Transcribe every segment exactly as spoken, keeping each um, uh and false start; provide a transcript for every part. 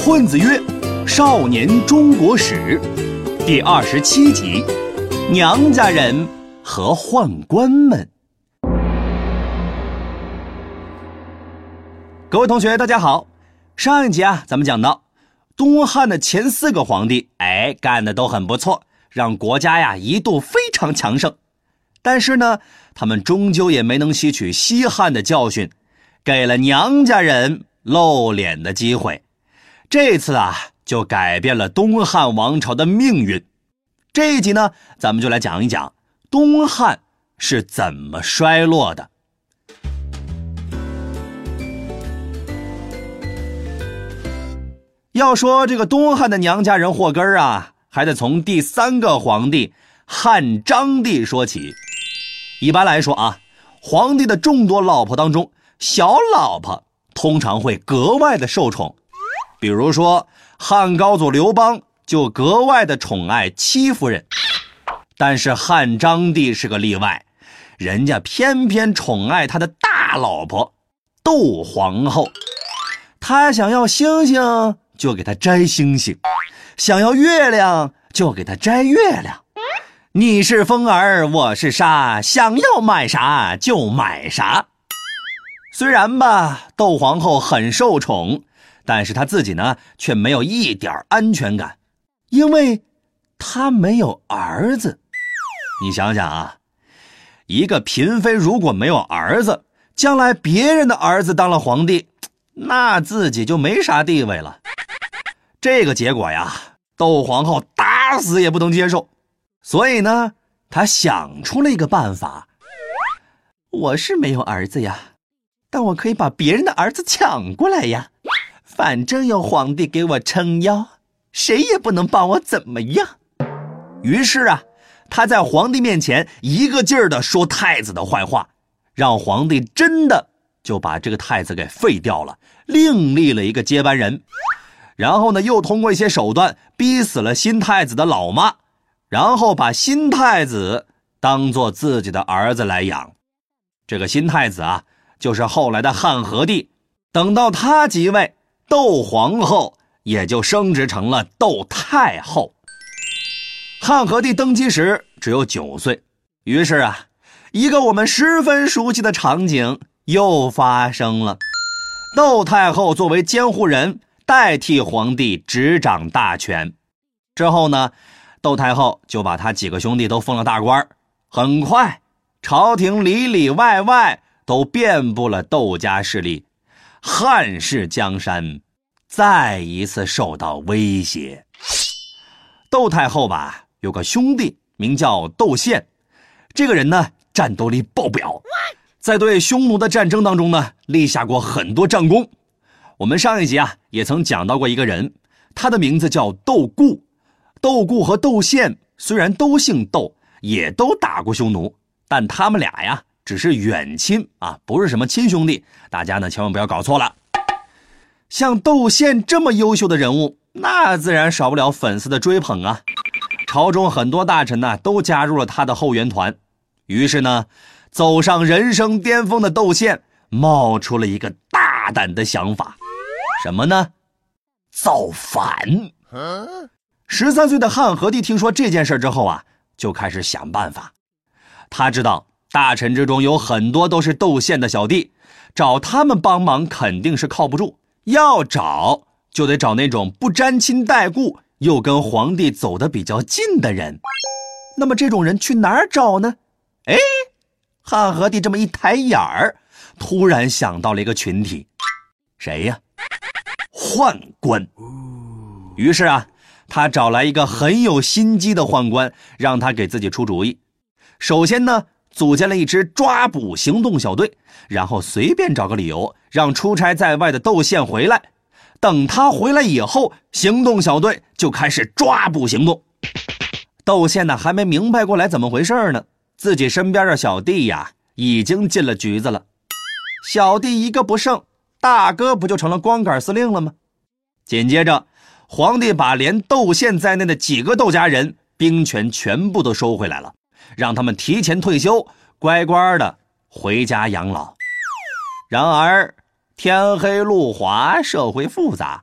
混子曰少年中国史第二十七集，娘家人和宦官们。各位同学大家好，上一集啊咱们讲到东汉的前四个皇帝，哎，干的都很不错，让国家呀一度非常强盛。但是呢，他们终究也没能吸取西汉的教训，给了娘家人露脸的机会。这次啊就改变了东汉王朝的命运。这一集呢，咱们就来讲一讲东汉是怎么衰落的。要说这个东汉的娘家人祸根啊，还得从第三个皇帝汉章帝说起。一般来说啊，皇帝的众多老婆当中，小老婆通常会格外的受宠。比如说汉高祖刘邦就格外的宠爱戚夫人，但是汉章帝是个例外，人家偏偏宠爱他的大老婆窦皇后。他想要星星就给他摘星星，想要月亮就给他摘月亮。你是风儿我是沙，想要买啥就买啥。虽然吧窦皇后很受宠，但是她自己呢却没有一点安全感，因为她没有儿子。你想想啊，一个嫔妃如果没有儿子，将来别人的儿子当了皇帝，那自己就没啥地位了。这个结果呀，窦皇后打死也不能接受，所以呢，她想出了一个办法。我是没有儿子呀，但我可以把别人的儿子抢过来呀，反正有皇帝给我撑腰，谁也不能把我怎么样。于是啊，他在皇帝面前一个劲儿地说太子的坏话，让皇帝真的就把这个太子给废掉了，另立了一个接班人。然后呢，又通过一些手段逼死了新太子的老妈，然后把新太子当作自己的儿子来养。这个新太子啊，就是后来的汉和帝。等到他即位，窦皇后也就升职成了窦太后。汉和帝登基时只有九岁，于是啊，一个我们十分熟悉的场景又发生了。窦太后作为监护人，代替皇帝执掌大权。之后呢，窦太后就把他几个兄弟都封了大官。很快，朝廷里里外外都遍布了窦家势力，汉室江山再一次受到威胁。窦太后吧，有个兄弟名叫窦宪，这个人呢，战斗力爆表，在对匈奴的战争当中呢，立下过很多战功。我们上一集啊，也曾讲到过一个人，他的名字叫窦固。窦固和窦宪虽然都姓窦，也都打过匈奴，但他们俩呀，只是远亲啊，不是什么亲兄弟，大家呢千万不要搞错了。像窦宪这么优秀的人物，那自然少不了粉丝的追捧啊。朝中很多大臣呢，都加入了他的后援团。于是呢，走上人生巅峰的窦宪冒出了一个大胆的想法。什么呢？造反。十三岁的汉和帝听说这件事之后啊，就开始想办法。他知道大臣之中有很多都是窦宪的小弟，找他们帮忙肯定是靠不住，要找就得找那种不沾亲带故又跟皇帝走得比较近的人。那么这种人去哪儿找呢？哎，汉和帝这么一抬眼儿，突然想到了一个群体。谁呀？宦官。于是啊，他找来一个很有心机的宦官，让他给自己出主意。首先呢，组建了一支抓捕行动小队，然后随便找个理由让出差在外的窦宪回来。等他回来以后，行动小队就开始抓捕行动。窦宪呢还没明白过来怎么回事呢，自己身边的小弟呀已经进了局子了。小弟一个不剩，大哥不就成了光杆司令了吗？紧接着，皇帝把连窦宪在内的几个窦家人兵权全部都收回来了，让他们提前退休，乖乖的回家养老。然而天黑路滑，社会复杂，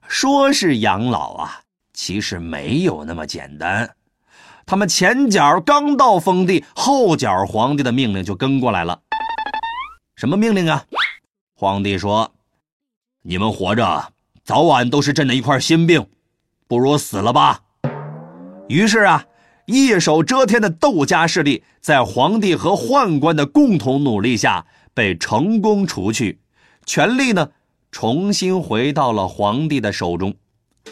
说是养老啊，其实没有那么简单。他们前脚刚到封地，后脚皇帝的命令就跟过来了。什么命令啊？皇帝说，你们活着早晚都是朕的一块心病，不如死了吧。于是啊，一手遮天的窦家势力在皇帝和宦官的共同努力下被成功除去，权力呢重新回到了皇帝的手中。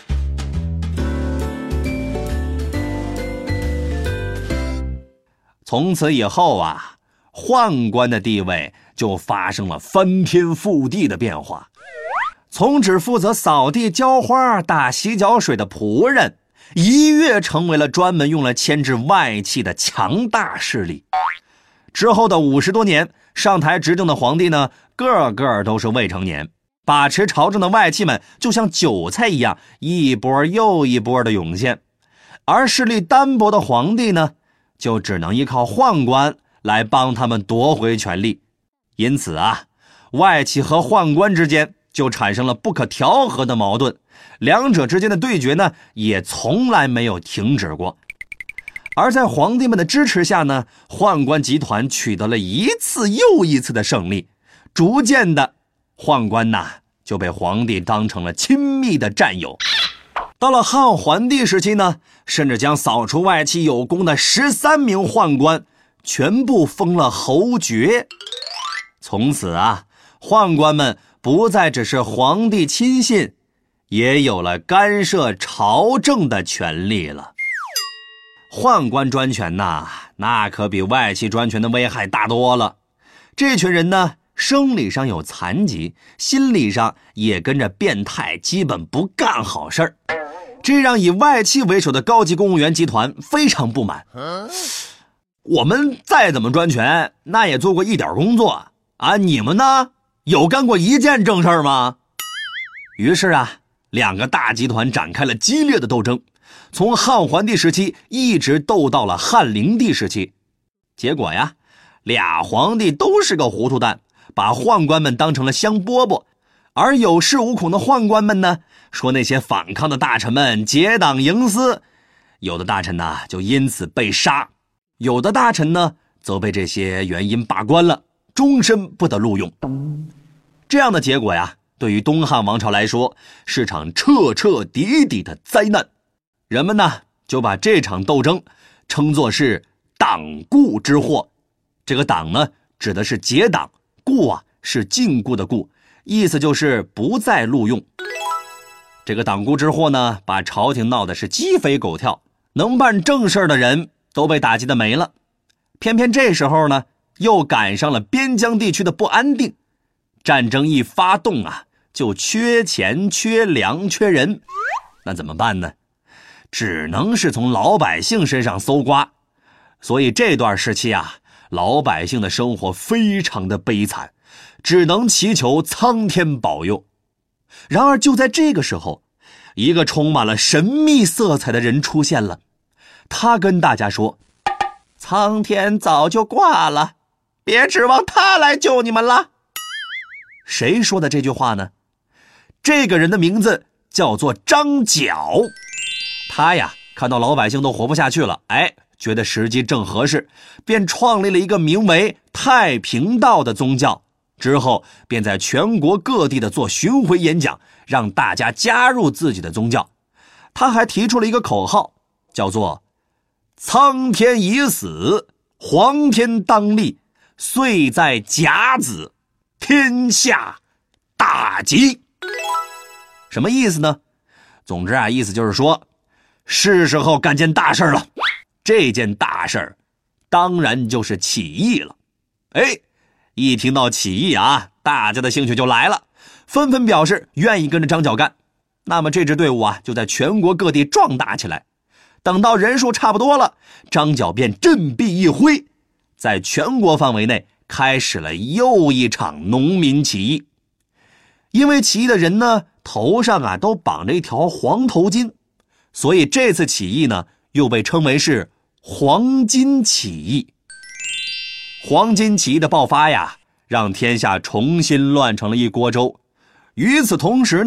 从此以后啊，宦官的地位就发生了翻天覆地的变化。从只负责扫地浇花打洗脚水的仆人，一跃成为了专门用来牵制外戚的强大势力。之后的五十多年，上台执政的皇帝呢，个个都是未成年，把持朝政的外戚们就像韭菜一样，一波又一波的涌现。而势力单薄的皇帝呢，就只能依靠宦官来帮他们夺回权力。因此啊，外戚和宦官之间就产生了不可调和的矛盾，两者之间的对决呢，也从来没有停止过。而在皇帝们的支持下呢，宦官集团取得了一次又一次的胜利，逐渐的，宦官呐就被皇帝当成了亲密的战友。到了汉桓帝时期呢，甚至将扫除外戚有功的十三名宦官全部封了侯爵。从此啊，宦官们不再只是皇帝亲信，也有了干涉朝政的权利了。宦官专权呐，那可比外戚专权的危害大多了。这群人呢，生理上有残疾，心理上也跟着变态，基本不干好事儿。这让以外戚为首的高级公务员集团非常不满。我们再怎么专权，那也做过一点工作啊，你们呢，有干过一件正事吗？于是啊，两个大集团展开了激烈的斗争，从汉桓帝时期一直斗到了汉灵帝时期。结果呀，俩皇帝都是个糊涂蛋，把宦官们当成了香饽饽。而有恃无恐的宦官们呢，说那些反抗的大臣们结党营私，有的大臣呢就因此被杀，有的大臣呢则被这些原因罢官了，终身不得录用。这样的结果呀，对于东汉王朝来说是场彻彻底底的灾难。人们呢就把这场斗争称作是党锢之祸。这个党呢指的是结党，锢啊是禁锢的锢，意思就是不再录用。这个党锢之祸呢，把朝廷闹得是鸡飞狗跳，能办正事的人都被打击得没了。偏偏这时候呢，又赶上了边疆地区的不安定，战争一发动啊，就缺钱、缺粮、缺人，那怎么办呢？只能是从老百姓身上搜刮。所以这段时期啊，老百姓的生活非常的悲惨，只能祈求苍天保佑。然而就在这个时候，一个充满了神秘色彩的人出现了。他跟大家说，苍天早就挂了，别指望他来救你们了。谁说的这句话呢？这个人的名字叫做张角。他呀，看到老百姓都活不下去了，哎，觉得时机正合适，便创立了一个名为太平道的宗教。之后便在全国各地的做巡回演讲，让大家加入自己的宗教。他还提出了一个口号，叫做苍天已死，黄天当立，岁在甲子，天下大吉。什么意思呢？总之啊，意思就是说，是时候干件大事了。这件大事当然就是起义了。哎，一听到起义啊，大家的兴趣就来了，纷纷表示愿意跟着张角干。那么这支队伍啊，就在全国各地壮大起来。等到人数差不多了，张角便振臂一挥，在全国范围内开始了又一场农民起义。因为起义的人呢，头上啊都绑着一条黄头巾，所以这次起义呢，又被称为是黄巾起义。黄巾起义的爆发呀，让天下重新乱成了一锅粥。与此同时呢，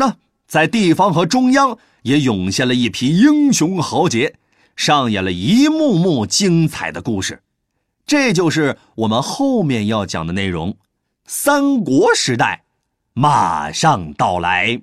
在地方和中央也涌现了一批英雄豪杰，上演了一幕幕精彩的故事。这就是我们后面要讲的内容，三国时代马上到来。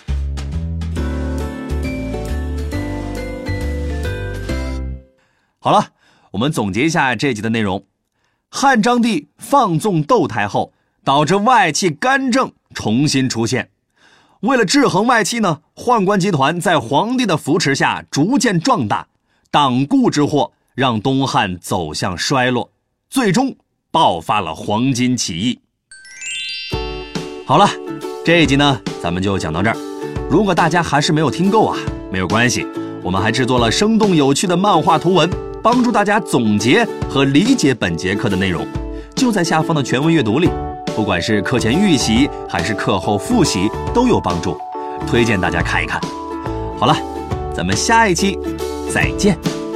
好了，我们总结一下这集的内容。汉章帝放纵窦太后，导致外戚干政重新出现。为了制衡外戚呢，宦官集团在皇帝的扶持下逐渐壮大，党锢之祸让东汉走向衰落，最终爆发了黄巾起义。好了，这一集呢咱们就讲到这儿。如果大家还是没有听够啊，没有关系，我们还制作了生动有趣的漫画图文，帮助大家总结和理解本节课的内容，就在下方的全文阅读里，不管是课前预习还是课后复习都有帮助，推荐大家看一看。好了，咱们下一期再见。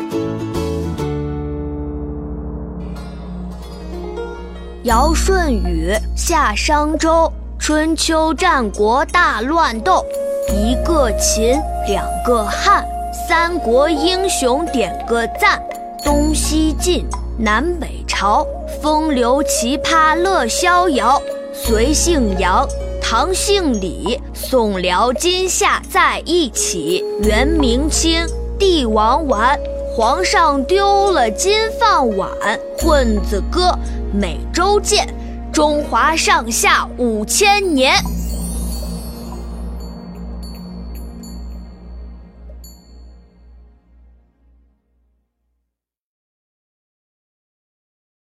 尧舜禹夏商周，春秋战国大乱斗，一个秦两个汉，三国英雄点个赞，东西晋南北朝，风流奇葩乐逍遥，隋姓杨唐姓李，宋辽金夏在一起，元明清帝王丸，皇上丢了金饭碗，混子哥每周见，中华上下五千年。